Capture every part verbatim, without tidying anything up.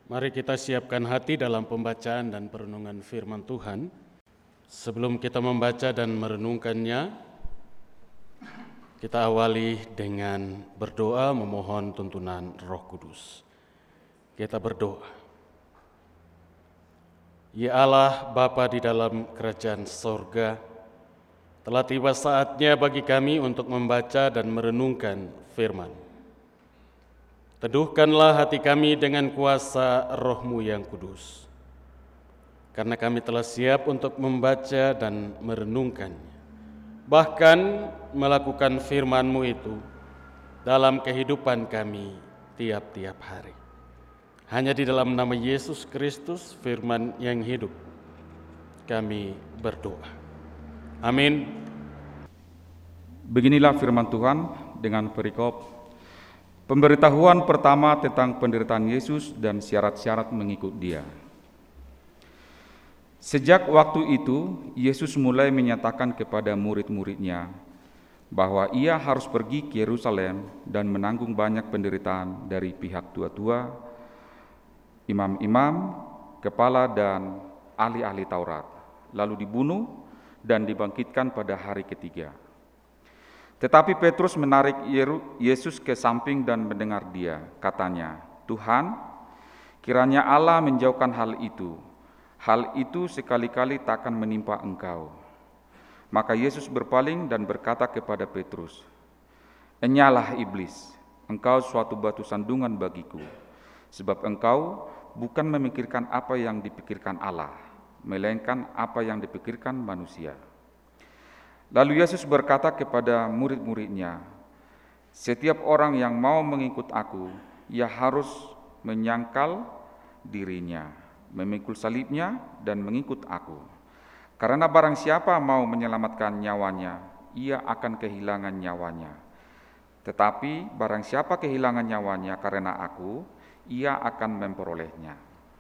Mari kita siapkan hati dalam pembacaan dan perenungan firman Tuhan. Sebelum kita membaca dan merenungkannya, kita awali dengan berdoa memohon tuntunan Roh Kudus. Kita berdoa. Ya Allah, Bapa di dalam kerajaan sorga, telah tiba saatnya bagi kami untuk membaca dan merenungkan firman. Teduhkanlah hati kami dengan kuasa Roh-Mu yang kudus, karena kami telah siap untuk membaca dan merenungkannya, bahkan melakukan firman-Mu itu dalam kehidupan kami tiap-tiap hari. Hanya di dalam nama Yesus Kristus, firman yang hidup, kami berdoa. Amin. Beginilah firman Tuhan dengan perikop pemberitahuan pertama tentang penderitaan Yesus dan syarat-syarat mengikut Dia. Sejak waktu itu, Yesus mulai menyatakan kepada murid-muridnya bahwa Ia harus pergi ke Yerusalem dan menanggung banyak penderitaan dari pihak tua-tua, imam-imam, kepala dan ahli-ahli Taurat, lalu dibunuh dan dibangkitkan pada hari ketiga. Tetapi Petrus menarik Yesus ke samping dan mendengar dia. Katanya, "Tuhan, kiranya Allah menjauhkan hal itu. Hal itu sekali-kali takkan menimpa engkau." Maka Yesus berpaling dan berkata kepada Petrus, "Enyalah iblis, engkau suatu batu sandungan bagiku, sebab engkau bukan memikirkan apa yang dipikirkan Allah, melainkan apa yang dipikirkan manusia." Lalu Yesus berkata kepada murid-muridnya, "Setiap orang yang mau mengikut aku, ia harus menyangkal dirinya, memikul salibnya dan mengikut aku. Karena barang siapa mau menyelamatkan nyawanya, ia akan kehilangan nyawanya. Tetapi barang siapa kehilangan nyawanya karena aku, ia akan memperolehnya.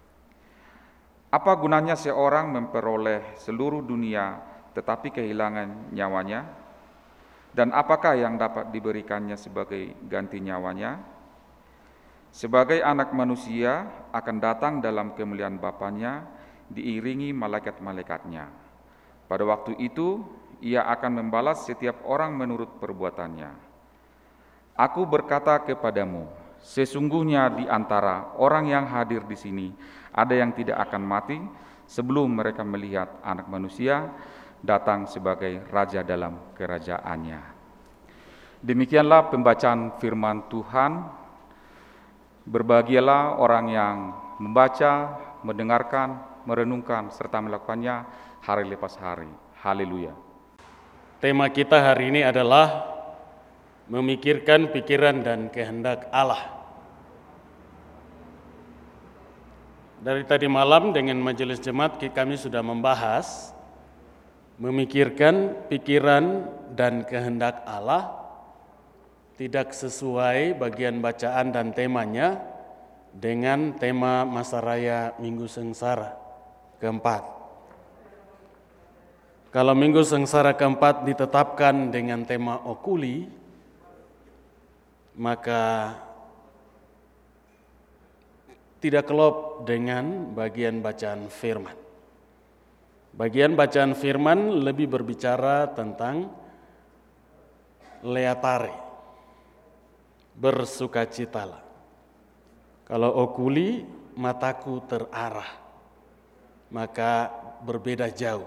Apa gunanya seorang memperoleh seluruh dunia tetapi kehilangan nyawanya? Dan apakah yang dapat diberikannya sebagai ganti nyawanya? Sebagai anak manusia akan datang dalam kemuliaan Bapanya diiringi malaikat-malaikatnya. Pada waktu itu ia akan membalas setiap orang menurut perbuatannya. Aku berkata kepadamu, sesungguhnya di antara orang yang hadir di sini ada yang tidak akan mati sebelum mereka melihat Anak Manusia datang sebagai Raja dalam kerajaannya." Demikianlah pembacaan firman Tuhan. Berbahagialah orang yang membaca, mendengarkan, merenungkan, serta melakukannya hari lepas hari. Haleluya. Tema kita hari ini adalah memikirkan pikiran dan kehendak Allah. Dari tadi malam dengan majelis jemaat kami sudah membahas memikirkan pikiran dan kehendak Allah tidak sesuai bagian bacaan dan temanya dengan tema Masa Raya Minggu Sengsara keempat. Kalau Minggu Sengsara keempat ditetapkan dengan tema okuli, maka tidak klop dengan bagian bacaan firman. Bagian bacaan firman lebih berbicara tentang leatare, bersukacitalah. Kalau okuli, mataku terarah, maka berbeda jauh.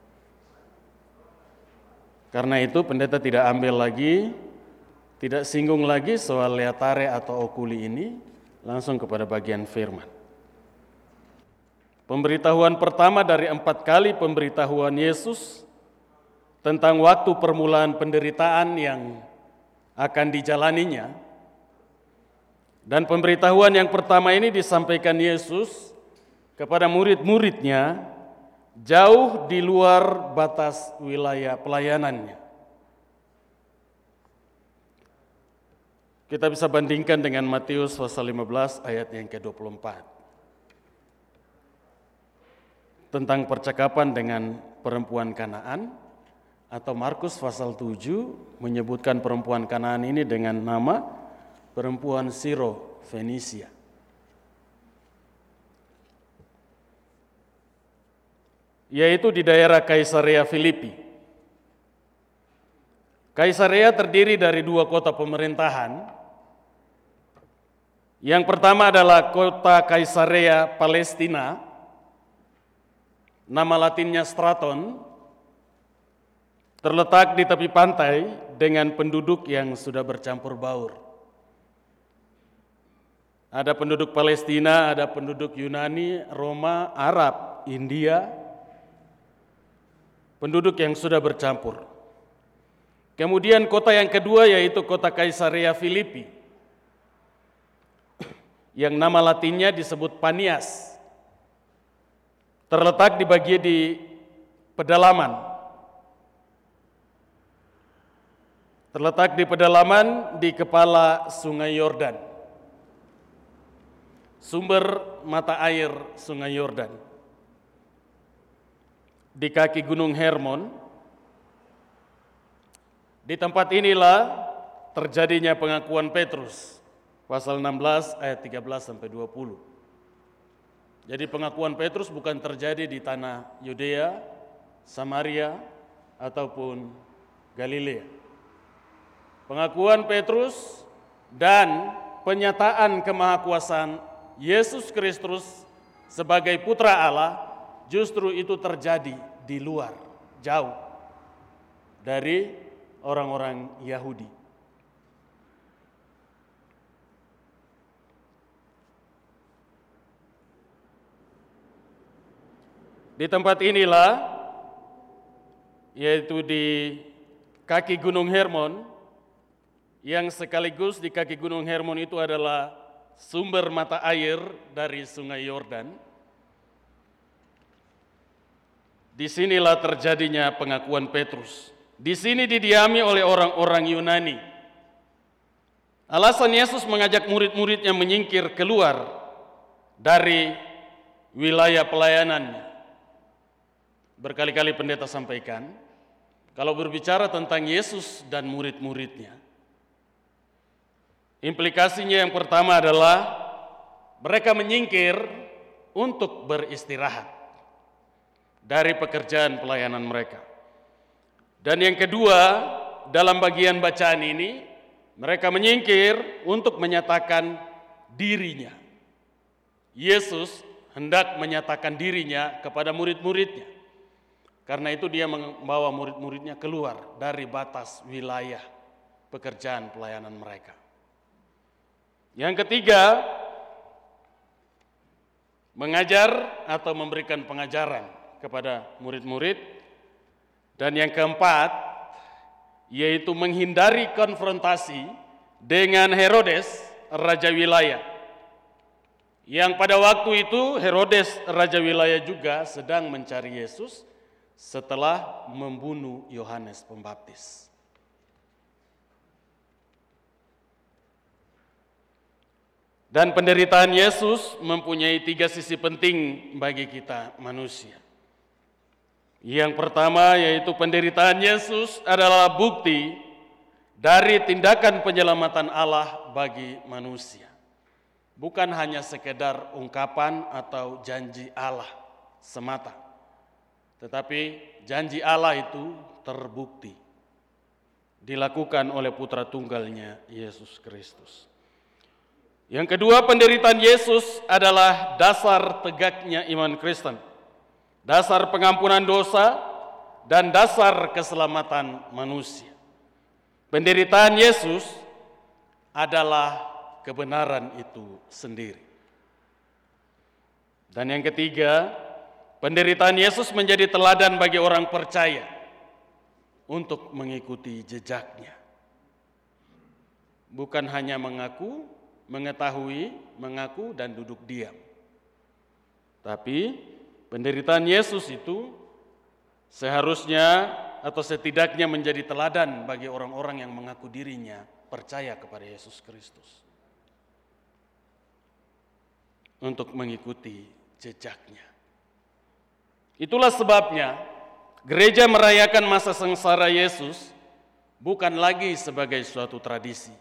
Karena itu pendeta tidak ambil lagi, tidak singgung lagi soal leatare atau okuli ini, langsung kepada bagian firman. Pemberitahuan pertama dari empat kali pemberitahuan Yesus tentang waktu permulaan penderitaan yang akan dijalaninya. Dan pemberitahuan yang pertama ini disampaikan Yesus kepada murid-muridnya jauh di luar batas wilayah pelayanannya. Kita bisa bandingkan dengan Matius pasal lima belas ayat yang ke dua puluh empat. Tentang percakapan dengan perempuan Kanaan, atau Markus pasal tujuh menyebutkan perempuan Kanaan ini dengan nama perempuan Siro Fenisia. yaitu di daerah Kaisarea Filipi. Kaisarea terdiri dari dua kota pemerintahan. Yang pertama adalah kota Kaisarea Palestina, nama latinnya Straton, terletak di tepi pantai dengan penduduk yang sudah bercampur baur. Ada penduduk Palestina, ada penduduk Yunani, Roma, Arab, India, penduduk yang sudah bercampur. Kemudian kota yang kedua yaitu kota Kaisarea Filipi, yang nama latinnya disebut Panias, terletak di bagian di pedalaman. Terletak di pedalaman di kepala Sungai Yordan, sumber mata air Sungai Yordan. Di kaki Gunung Hermon. Di tempat inilah terjadinya pengakuan Petrus, pasal enam belas ayat tiga belas sampai dua puluh. Jadi pengakuan Petrus bukan terjadi di tanah Yudea, Samaria, ataupun Galilea. Pengakuan Petrus dan penyataan kemahakuasaan Yesus Kristus sebagai putra Allah justru itu terjadi di luar, jauh dari orang-orang Yahudi. Di tempat inilah, yaitu di kaki Gunung Hermon, yang sekaligus di kaki Gunung Hermon itu adalah sumber mata air dari Sungai Yordan. Disinilah terjadinya pengakuan Petrus. Di sini didiami oleh orang-orang Yunani. Alasan Yesus mengajak murid-muridnya menyingkir keluar dari wilayah pelayanannya. Berkali-kali pendeta sampaikan, kalau berbicara tentang Yesus dan murid-muridnya, implikasinya yang pertama adalah mereka menyingkir untuk beristirahat dari pekerjaan pelayanan mereka. Dan yang kedua, dalam bagian bacaan ini, mereka menyingkir untuk menyatakan dirinya. Yesus hendak menyatakan dirinya kepada murid-muridnya. Karena itu dia membawa murid-muridnya keluar dari batas wilayah pekerjaan pelayanan mereka. Yang ketiga, mengajar atau memberikan pengajaran kepada murid-murid. Dan yang keempat, yaitu menghindari konfrontasi dengan Herodes, raja wilayah. Yang pada waktu itu Herodes, raja wilayah juga sedang mencari Yesus setelah membunuh Yohanes Pembaptis. Dan penderitaan Yesus mempunyai tiga sisi penting bagi kita manusia. Yang pertama yaitu penderitaan Yesus adalah bukti dari tindakan penyelamatan Allah bagi manusia. Bukan hanya sekedar ungkapan atau janji Allah semata. Tetapi janji Allah itu terbukti dilakukan oleh putra tunggalnya Yesus Kristus. Yang kedua, penderitaan Yesus adalah dasar tegaknya iman Kristen. Dasar pengampunan dosa dan dasar keselamatan manusia. Penderitaan Yesus adalah kebenaran itu sendiri. Dan yang ketiga, penderitaan Yesus menjadi teladan bagi orang percaya untuk mengikuti jejaknya. Bukan hanya mengaku, mengetahui, mengaku, dan duduk diam. Tapi penderitaan Yesus itu seharusnya atau setidaknya menjadi teladan bagi orang-orang yang mengaku dirinya percaya kepada Yesus Kristus untuk mengikuti jejaknya. Itulah sebabnya gereja merayakan masa sengsara Yesus bukan lagi sebagai suatu tradisi,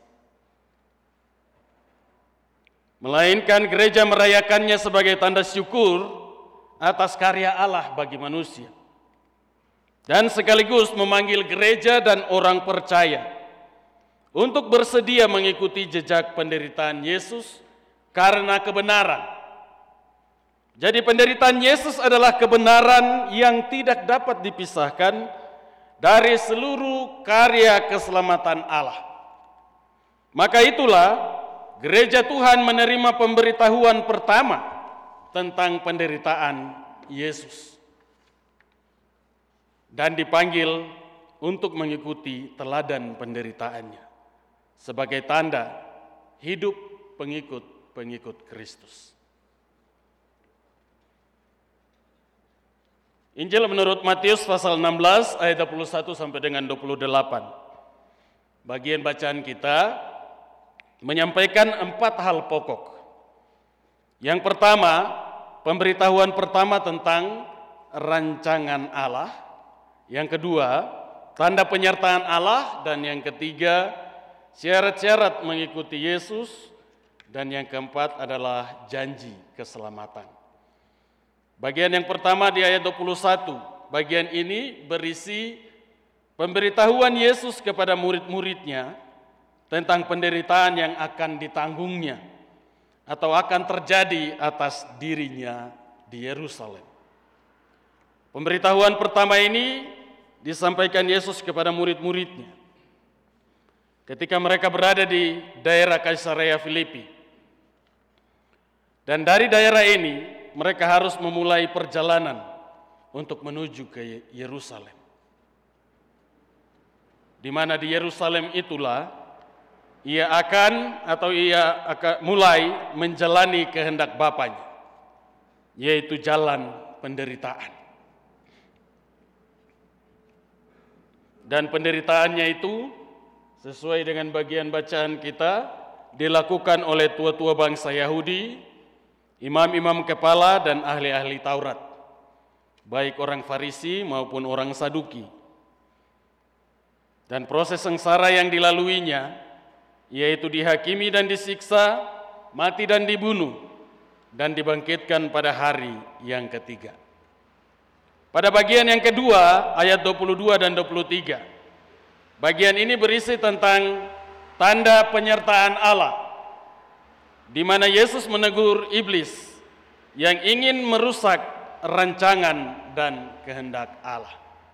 melainkan gereja merayakannya sebagai tanda syukur atas karya Allah bagi manusia, dan sekaligus memanggil gereja dan orang percaya untuk bersedia mengikuti jejak penderitaan Yesus karena kebenaran. Jadi penderitaan Yesus adalah kebenaran yang tidak dapat dipisahkan dari seluruh karya keselamatan Allah. Maka itulah gereja Tuhan menerima pemberitahuan pertama tentang penderitaan Yesus dan dipanggil untuk mengikuti teladan penderitaannya sebagai tanda hidup pengikut-pengikut Kristus. Injil menurut Matius pasal enam belas ayat dua puluh satu sampai dengan dua puluh delapan. Bagian bacaan kita menyampaikan empat hal pokok. Yang pertama, pemberitahuan pertama tentang rancangan Allah. Yang kedua, tanda penyertaan Allah. Dan yang ketiga, syarat-syarat mengikuti Yesus. Dan yang keempat adalah janji keselamatan. Bagian yang pertama di ayat dua puluh satu, bagian ini berisi pemberitahuan Yesus kepada murid-muridnya tentang penderitaan yang akan ditanggungnya atau akan terjadi atas dirinya di Yerusalem. Pemberitahuan pertama ini disampaikan Yesus kepada murid-muridnya ketika mereka berada di daerah Kaisarea Filipi. Dan dari daerah ini mereka harus memulai perjalanan untuk menuju ke Yerusalem. Di mana di Yerusalem itulah ia akan atau ia akan mulai menjalani kehendak Bapanya, yaitu jalan penderitaan. Dan penderitaannya itu sesuai dengan bagian bacaan kita dilakukan oleh tua-tua bangsa Yahudi, imam-imam kepala dan ahli-ahli Taurat, baik orang Farisi maupun orang Saduki. Dan proses sengsara yang dilaluinya, yaitu dihakimi dan disiksa, mati dan dibunuh, dan dibangkitkan pada hari yang ketiga. Pada bagian yang kedua, ayat dua puluh dua dan dua puluh tiga, bagian ini berisi tentang tanda penyertaan Allah, di mana Yesus menegur iblis yang ingin merusak rancangan dan kehendak Allah.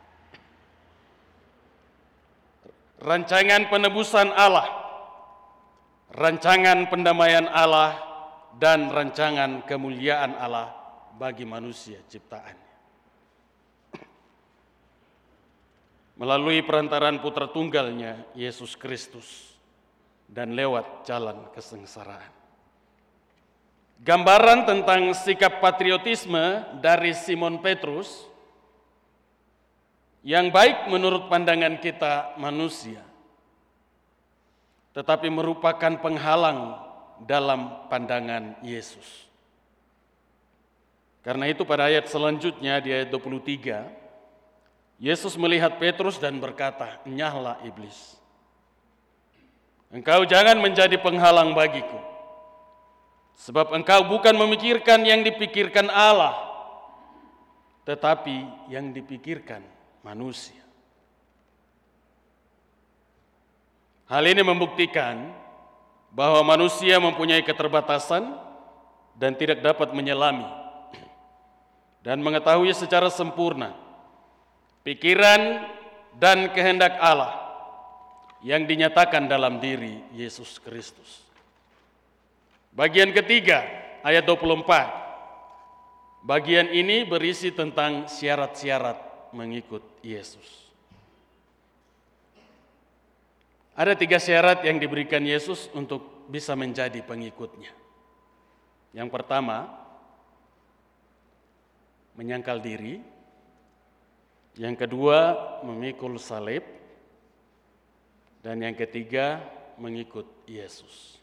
Rancangan penebusan Allah, rancangan pendamaian Allah, dan rancangan kemuliaan Allah bagi manusia ciptaannya. Melalui perantaran putra tunggalnya, Yesus Kristus, dan lewat jalan kesengsaraan. Gambaran tentang sikap patriotisme dari Simon Petrus yang baik menurut pandangan kita manusia, tetapi merupakan penghalang dalam pandangan Yesus. Karena itu pada ayat selanjutnya di ayat dua puluh tiga, Yesus melihat Petrus dan berkata, "Enyahlah iblis. Engkau jangan menjadi penghalang bagiku, sebab engkau bukan memikirkan yang dipikirkan Allah, tetapi yang dipikirkan manusia." Hal ini membuktikan bahwa manusia mempunyai keterbatasan dan tidak dapat menyelami dan mengetahui secara sempurna pikiran dan kehendak Allah yang dinyatakan dalam diri Yesus Kristus. Bagian ketiga, ayat dua puluh empat. Bagian ini berisi tentang syarat-syarat mengikut Yesus. Ada tiga syarat yang diberikan Yesus untuk bisa menjadi pengikutnya. Yang pertama, menyangkal diri. Yang kedua, memikul salib. Dan yang ketiga, mengikut Yesus.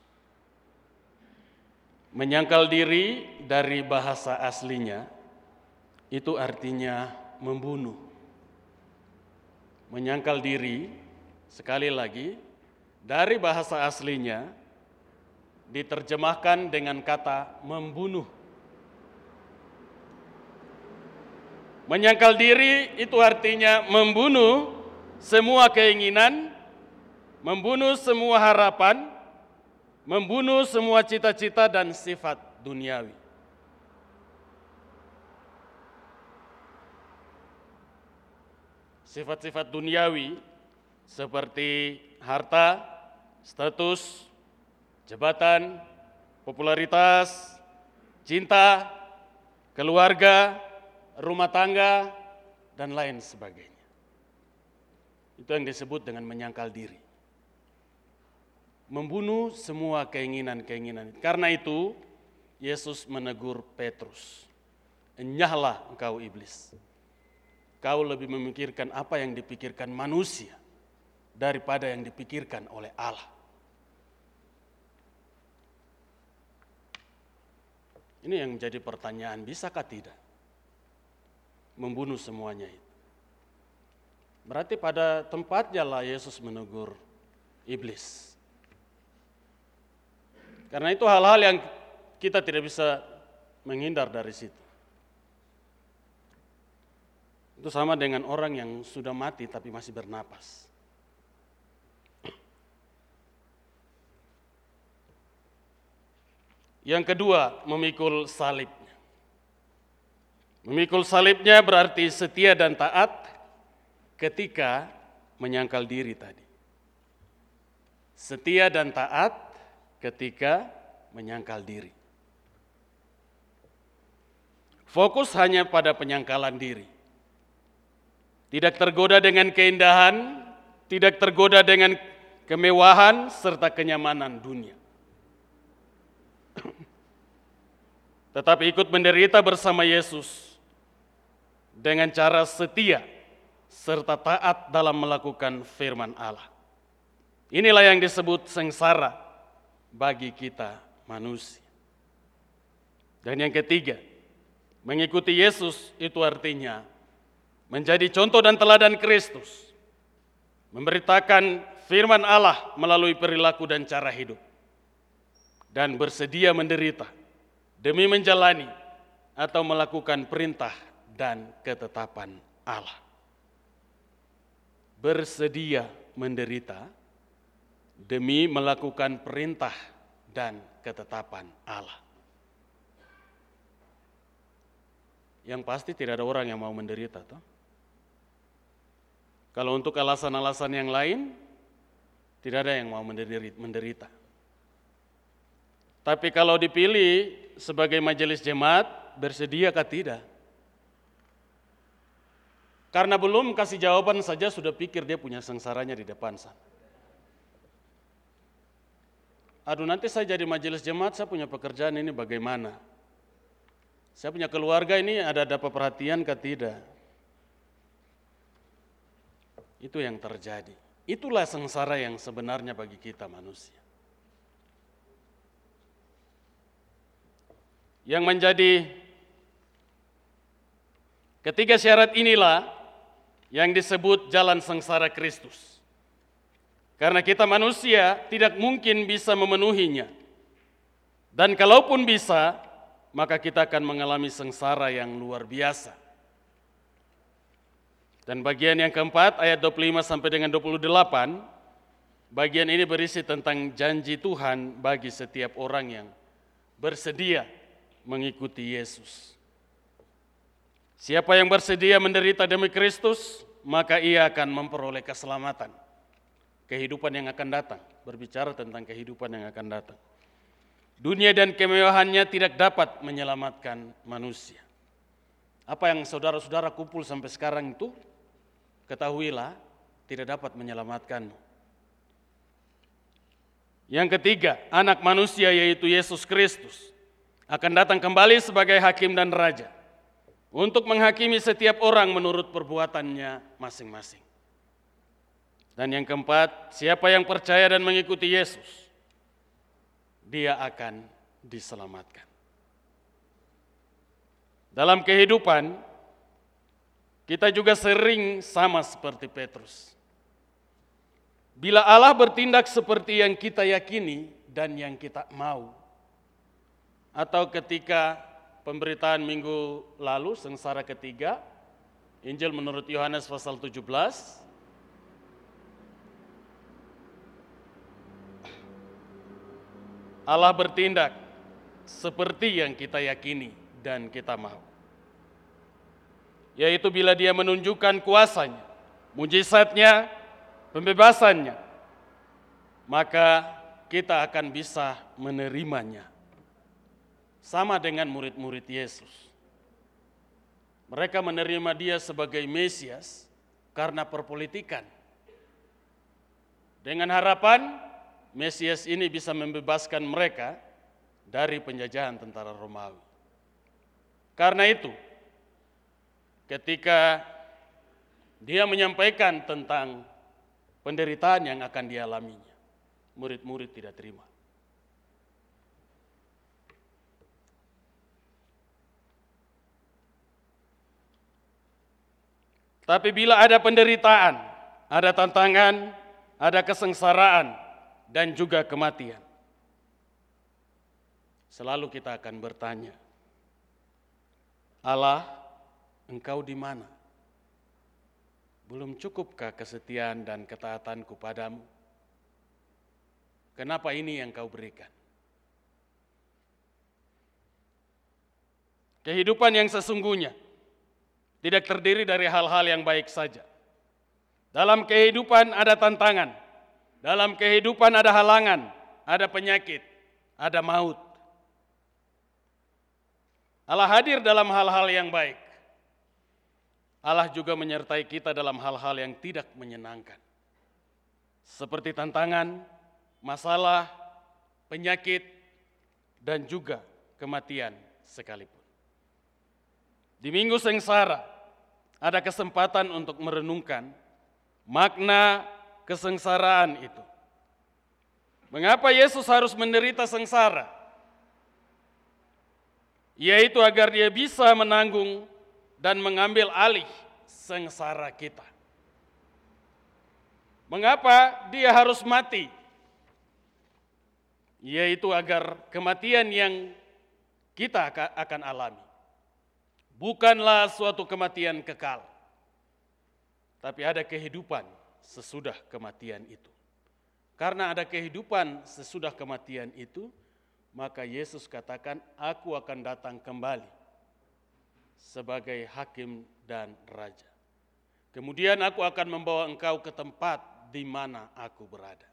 Menyangkal diri dari bahasa aslinya, itu artinya membunuh. Menyangkal diri, sekali lagi, dari bahasa aslinya, diterjemahkan dengan kata membunuh. Menyangkal diri itu artinya membunuh semua keinginan, membunuh semua harapan, membunuh semua cita-cita dan sifat duniawi. Sifat-sifat duniawi seperti harta, status, jabatan, popularitas, cinta, keluarga, rumah tangga, dan lain sebagainya. Itu yang disebut dengan menyangkal diri. Membunuh semua keinginan-keinginan. Karena itu, Yesus menegur Petrus. Enyahlah engkau iblis. Kau lebih memikirkan apa yang dipikirkan manusia daripada yang dipikirkan oleh Allah. Ini yang menjadi pertanyaan, bisakah tidak membunuh semuanya itu? Berarti pada tempatnya lah Yesus menegur iblis. Karena itu hal-hal yang kita tidak bisa menghindar dari situ. Itu sama dengan orang yang sudah mati tapi masih bernapas. Yang kedua, memikul salibnya. Memikul salibnya berarti setia dan taat ketika menyangkal diri tadi. Setia dan taat ketika menyangkal diri. Fokus hanya pada penyangkalan diri. Tidak tergoda dengan keindahan, tidak tergoda dengan kemewahan serta kenyamanan dunia. Tetapi ikut menderita bersama Yesus dengan cara setia serta taat dalam melakukan firman Allah. Inilah yang disebut sengsara bagi kita manusia. Dan yang ketiga, mengikuti Yesus itu artinya menjadi contoh dan teladan Kristus, memberitakan firman Allah melalui perilaku dan cara hidup, dan bersedia menderita demi menjalani atau melakukan perintah dan ketetapan Allah. Bersedia menderita demi melakukan perintah dan ketetapan Allah. Yang pasti tidak ada orang yang mau menderita, toh. Kalau untuk alasan-alasan yang lain, tidak ada yang mau menderita. Tapi kalau dipilih sebagai majelis jemaat, bersediakah tidak? Karena belum kasih jawaban saja sudah pikir dia punya sengsaranya di depan sana. Aduh, nanti saya jadi majelis jemaat, saya punya pekerjaan ini bagaimana? Saya punya keluarga ini ada dapat perhatian kah tidak? Itu yang terjadi. Itulah sengsara yang sebenarnya bagi kita manusia. Yang menjadi ketiga syarat inilah yang disebut jalan sengsara Kristus. Karena kita manusia tidak mungkin bisa memenuhinya. Dan kalaupun bisa, maka kita akan mengalami sengsara yang luar biasa. Dan bagian yang keempat, ayat dua puluh lima sampai dengan dua puluh delapan, bagian ini berisi tentang janji Tuhan bagi setiap orang yang bersedia mengikuti Yesus. Siapa yang bersedia menderita demi Kristus, maka ia akan memperoleh keselamatan, kehidupan yang akan datang. Berbicara tentang kehidupan yang akan datang. Dunia dan kemewahannya tidak dapat menyelamatkan manusia. Apa yang saudara-saudara kumpul sampai sekarang itu, ketahuilah tidak dapat menyelamatkanmu. Yang ketiga, anak manusia yaitu Yesus Kristus akan datang kembali sebagai hakim dan raja untuk menghakimi setiap orang menurut perbuatannya masing-masing. Dan yang keempat, siapa yang percaya dan mengikuti Yesus, dia akan diselamatkan. Dalam kehidupan, kita juga sering sama seperti Petrus. Bila Allah bertindak seperti yang kita yakini dan yang kita mau, atau ketika pemberitaan minggu lalu, sengsara ketiga, Injil menurut Yohanes pasal tujuh belas. Allah bertindak seperti yang kita yakini dan kita mau. Yaitu bila Dia menunjukkan kuasanya, mujizatnya, pembebasannya, maka kita akan bisa menerimanya. Sama dengan murid-murid Yesus. Mereka menerima Dia sebagai Mesias karena perpolitikan. Dengan harapan Mesias ini bisa membebaskan mereka dari penjajahan tentara Romawi. Karena itu, ketika Dia menyampaikan tentang penderitaan yang akan dialaminya, murid-murid tidak terima. Tapi bila ada penderitaan, ada tantangan, ada kesengsaraan, dan juga kematian, selalu kita akan bertanya, Allah, Engkau di mana? Belum cukupkah kesetiaan dan ketaatanku padamu? Kenapa ini yang Kau berikan? Kehidupan yang sesungguhnya tidak terdiri dari hal-hal yang baik saja. Dalam kehidupan ada tantangan. Dalam kehidupan ada halangan, ada penyakit, ada maut. Allah hadir dalam hal-hal yang baik. Allah juga menyertai kita dalam hal-hal yang tidak menyenangkan. Seperti tantangan, masalah, penyakit, dan juga kematian sekalipun. Di Minggu Sengsara, ada kesempatan untuk merenungkan makna kesengsaraan itu. Mengapa Yesus harus menderita sengsara? Yaitu agar Dia bisa menanggung dan mengambil alih sengsara kita. Mengapa Dia harus mati? Yaitu agar kematian yang kita akan alami bukanlah suatu kematian kekal, tapi ada kehidupan sesudah kematian itu. Karena ada kehidupan sesudah kematian itu, maka Yesus katakan, aku akan datang kembali sebagai hakim dan raja. Kemudian aku akan membawa engkau ke tempat di mana aku berada.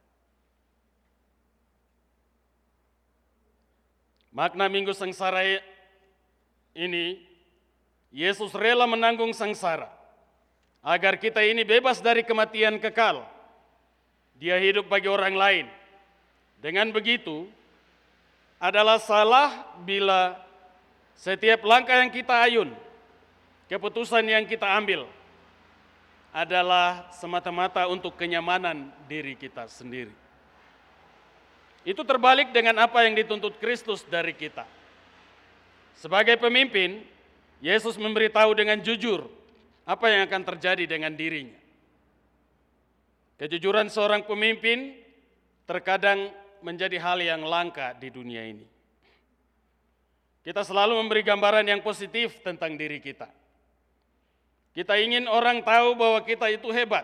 Makna Minggu Sengsara ini, Yesus rela menanggung sengsara agar kita ini bebas dari kematian kekal. Dia hidup bagi orang lain. Dengan begitu, adalah salah bila setiap langkah yang kita ayun, keputusan yang kita ambil, adalah semata-mata untuk kenyamanan diri kita sendiri. Itu terbalik dengan apa yang dituntut Kristus dari kita. Sebagai pemimpin, Yesus memberitahu dengan jujur apa yang akan terjadi dengan dirinya. Kejujuran seorang pemimpin terkadang menjadi hal yang langka di dunia ini. Kita selalu memberi gambaran yang positif tentang diri kita. Kita ingin orang tahu bahwa kita itu hebat.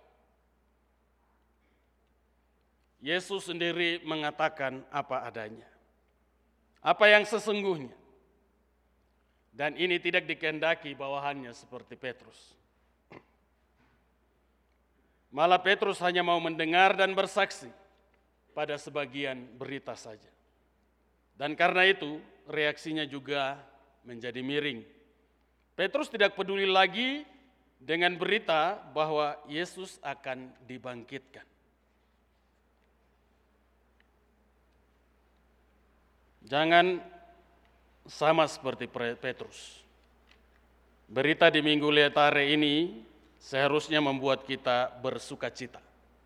Yesus sendiri mengatakan apa adanya, apa yang sesungguhnya. Dan ini tidak dikehendaki bawahannya seperti Petrus. Malah Petrus hanya mau mendengar dan bersaksi pada sebagian berita saja. Dan karena itu reaksinya juga menjadi miring. Petrus tidak peduli lagi dengan berita bahwa Yesus akan dibangkitkan. Jangan sama seperti Petrus. Berita di Minggu Letare ini seharusnya membuat kita bersuka cita.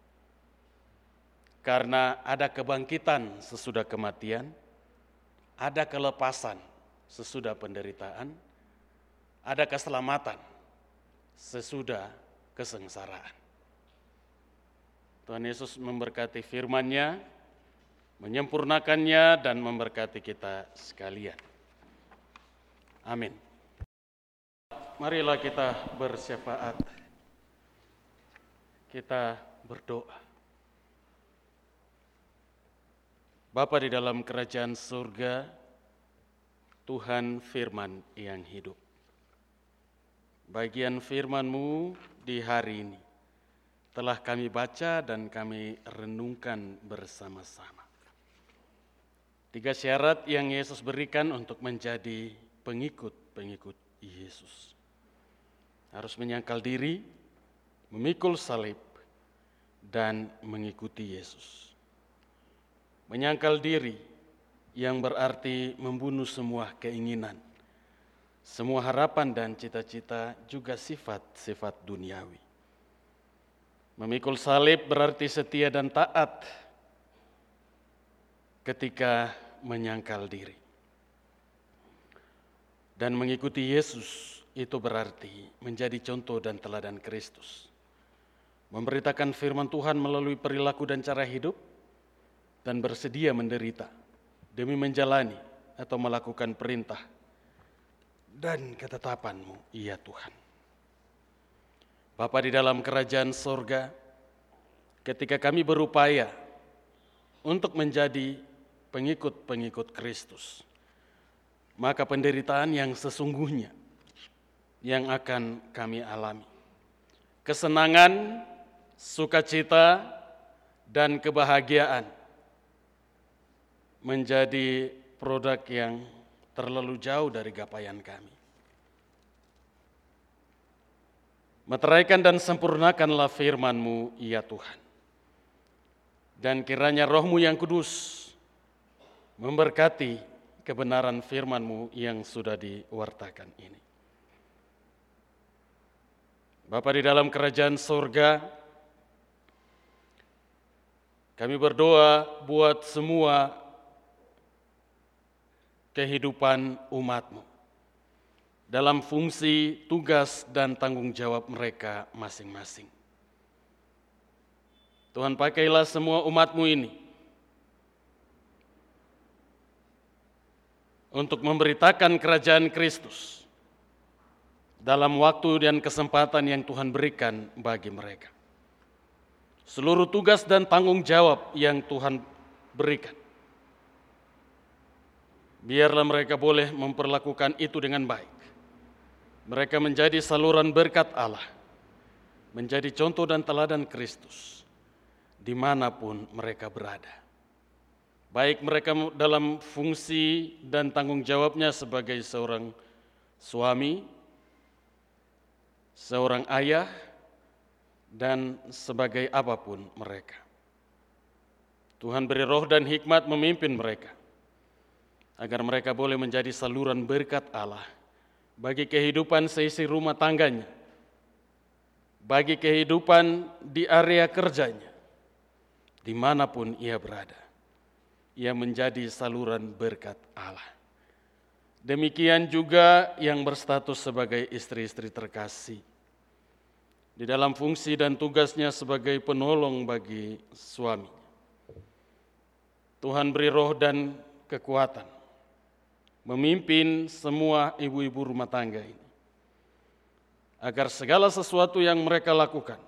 Karena ada kebangkitan sesudah kematian, ada kelepasan sesudah penderitaan, ada keselamatan sesudah kesengsaraan. Tuhan Yesus memberkati firman-Nya, menyempurnakannya dan memberkati kita sekalian. Amin. Marilah kita bersyafaat. Kita berdoa. Bapa di dalam kerajaan surga, Tuhan firman yang hidup. Bagian firman-Mu di hari ini telah kami baca dan kami renungkan bersama-sama. Tiga syarat yang Yesus berikan untuk menjadi pengikut-pengikut Yesus. Harus menyangkal diri, memikul salib, dan mengikuti Yesus. Menyangkal diri yang berarti membunuh semua keinginan, semua harapan dan cita-cita, juga sifat-sifat duniawi. Memikul salib berarti setia dan taat ketika menyangkal diri. Dan mengikuti Yesus itu berarti menjadi contoh dan teladan Kristus. Memberitakan firman Tuhan melalui perilaku dan cara hidup, dan bersedia menderita demi menjalani atau melakukan perintah dan ketetapan-Mu, ya Tuhan. Bapa di dalam kerajaan sorga, ketika kami berupaya untuk menjadi pengikut-pengikut Kristus, maka penderitaan yang sesungguhnya yang akan kami alami. Kesenangan, sukacita, dan kebahagiaan menjadi produk yang terlalu jauh dari gapaian kami. Meteraikan dan sempurnakanlah firman-Mu, ya Tuhan. Dan kiranya Roh-Mu yang kudus memberkati kebenaran firman-Mu yang sudah diwartakan ini. Bapa di dalam kerajaan surga, kami berdoa buat semua kehidupan umat-Mu dalam fungsi, tugas, dan tanggung jawab mereka masing-masing. Tuhan, pakailah semua umat-Mu ini untuk memberitakan kerajaan Kristus dalam waktu dan kesempatan yang Tuhan berikan bagi mereka. Seluruh tugas dan tanggung jawab yang Tuhan berikan, biarlah mereka boleh memperlakukan itu dengan baik. Mereka menjadi saluran berkat Allah, menjadi contoh dan teladan Kristus dimanapun mereka berada. Baik mereka dalam fungsi dan tanggung jawabnya sebagai seorang suami, seorang ayah, dan sebagai apapun mereka. Tuhan beri roh dan hikmat memimpin mereka, agar mereka boleh menjadi saluran berkat Allah bagi kehidupan seisi rumah tangganya, bagi kehidupan di area kerjanya, dimanapun ia berada. Ia menjadi saluran berkat Allah. Demikian juga yang berstatus sebagai istri-istri terkasih, di dalam fungsi dan tugasnya sebagai penolong bagi suami. Tuhan beri roh dan kekuatan memimpin semua ibu-ibu rumah tangga ini, agar segala sesuatu yang mereka lakukan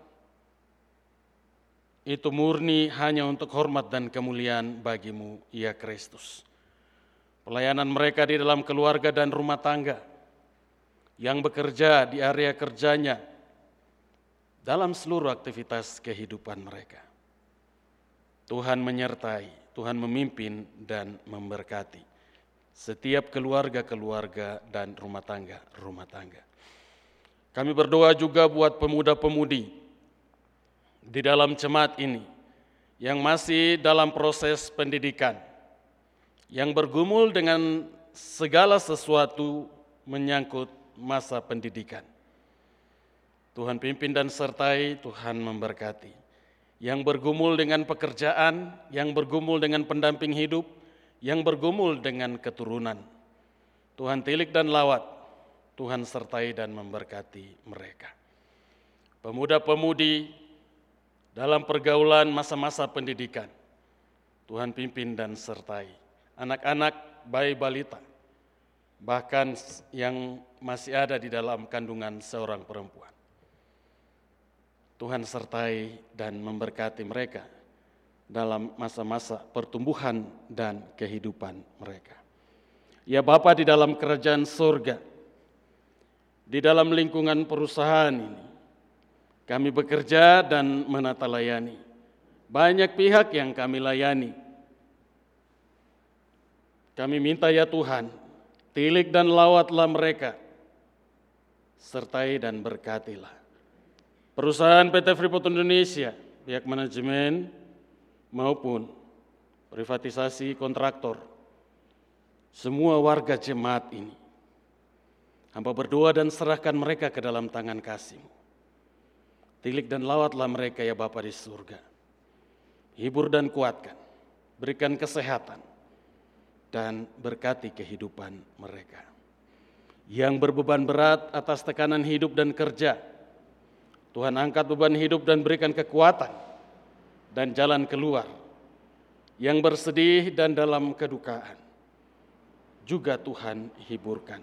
itu murni hanya untuk hormat dan kemuliaan bagi-Mu, ya Kristus. Pelayanan mereka di dalam keluarga dan rumah tangga, yang bekerja di area kerjanya, dalam seluruh aktivitas kehidupan mereka. Tuhan menyertai, Tuhan memimpin dan memberkati setiap keluarga-keluarga dan rumah tangga-rumah tangga. Kami berdoa juga buat pemuda-pemudi di dalam jemaat ini yang masih dalam proses pendidikan, yang bergumul dengan segala sesuatu menyangkut masa pendidikan. Tuhan pimpin dan sertai, Tuhan memberkati. Yang bergumul dengan pekerjaan, yang bergumul dengan pendamping hidup, yang bergumul dengan keturunan. Tuhan tilik dan lawat, Tuhan sertai dan memberkati mereka. Pemuda-pemudi dalam pergaulan masa-masa pendidikan, Tuhan pimpin dan sertai. Anak-anak, bayi balita bahkan yang masih ada di dalam kandungan seorang perempuan. Tuhan sertai dan memberkati mereka dalam masa-masa pertumbuhan dan kehidupan mereka. Ya Bapa di dalam kerajaan surga, di dalam lingkungan perusahaan ini, kami bekerja dan menata layani. Banyak pihak yang kami layani. Kami minta ya Tuhan, tilik dan lawatlah mereka, sertai dan berkatilah. Perusahaan P T Freeport Indonesia, pihak manajemen maupun privatisasi kontraktor, semua warga jemaat ini, hamba berdoa dan serahkan mereka ke dalam tangan kasih-Mu. Tilik dan lawatlah mereka ya Bapa di surga. Hibur dan kuatkan, berikan kesehatan, dan berkati kehidupan mereka. Yang berbeban berat atas tekanan hidup dan kerja, Tuhan angkat beban hidup dan berikan kekuatan dan jalan keluar. Yang bersedih dan dalam kedukaan, juga Tuhan hiburkan.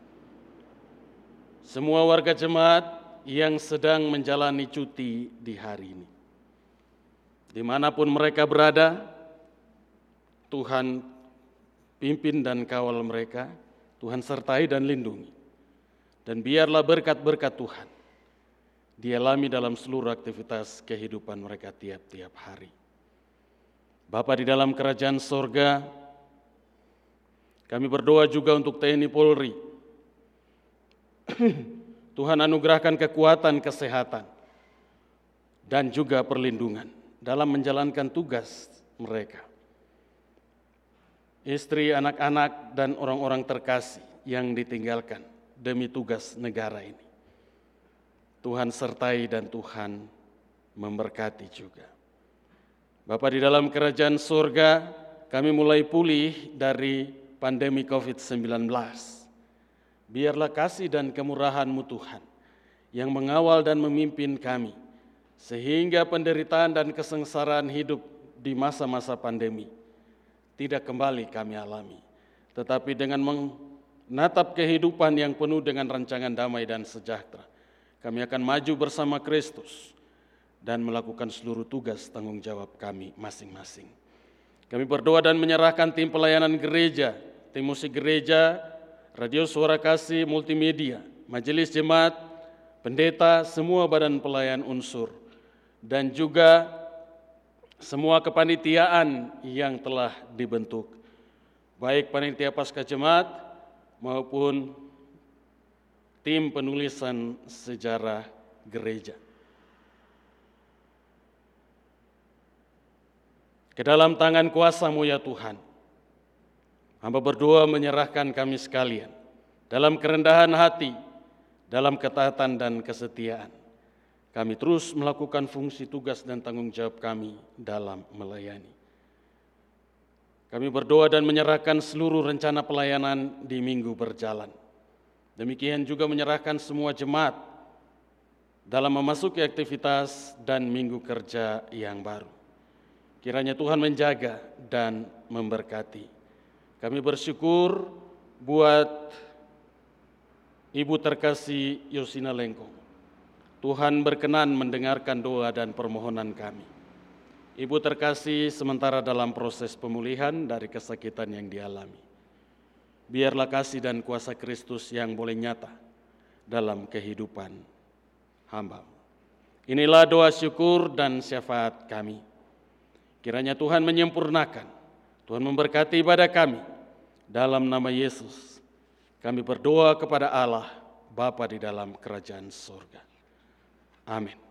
Semua warga jemaat yang sedang menjalani cuti di hari ini, dimanapun mereka berada, Tuhan pimpin dan kawal mereka, Tuhan sertai dan lindungi. Dan biarlah berkat-berkat Tuhan dialami dalam seluruh aktivitas kehidupan mereka tiap-tiap hari. Bapa di dalam kerajaan sorga, kami berdoa juga untuk T N I Polri. Tuhan anugerahkan kekuatan, kesehatan, dan juga perlindungan dalam menjalankan tugas mereka. Istri, anak-anak, dan orang-orang terkasih yang ditinggalkan demi tugas negara ini, Tuhan sertai dan Tuhan memberkati juga. Bapa di dalam kerajaan surga, kami mulai pulih dari pandemi covid sembilan belas. Biarlah kasih dan kemurahan-Mu Tuhan yang mengawal dan memimpin kami, sehingga penderitaan dan kesengsaraan hidup di masa-masa pandemi tidak kembali kami alami, tetapi dengan menatap kehidupan yang penuh dengan rancangan damai dan sejahtera, kami akan maju bersama Kristus dan melakukan seluruh tugas tanggung jawab kami masing-masing. Kami berdoa dan menyerahkan tim pelayanan gereja, tim musik gereja, radio suara kasih, multimedia, majelis jemaat, pendeta, semua badan pelayan unsur, dan juga semua kepanitiaan yang telah dibentuk, baik panitia pasca jemaat maupun tim penulisan sejarah gereja. Ke dalam tangan kuasa-Mu ya Tuhan, hamba berdoa menyerahkan kami sekalian dalam kerendahan hati, dalam ketaatan dan kesetiaan. Kami terus melakukan fungsi tugas dan tanggung jawab kami dalam melayani. Kami berdoa dan menyerahkan seluruh rencana pelayanan di minggu berjalan. Demikian juga menyerahkan semua jemaat dalam memasuki aktivitas dan minggu kerja yang baru. Kiranya Tuhan menjaga dan memberkati. Kami bersyukur buat Ibu terkasih Yosina Lengkong. Tuhan berkenan mendengarkan doa dan permohonan kami. Ibu terkasih sementara dalam proses pemulihan dari kesakitan yang dialami. Biarlah kasih dan kuasa Kristus yang boleh nyata dalam kehidupan hamba. Inilah doa syukur dan syafaat kami. Kiranya Tuhan menyempurnakan, Tuhan memberkati ibadah kami. Dalam nama Yesus, kami berdoa kepada Allah, Bapa di dalam kerajaan surga. Amin.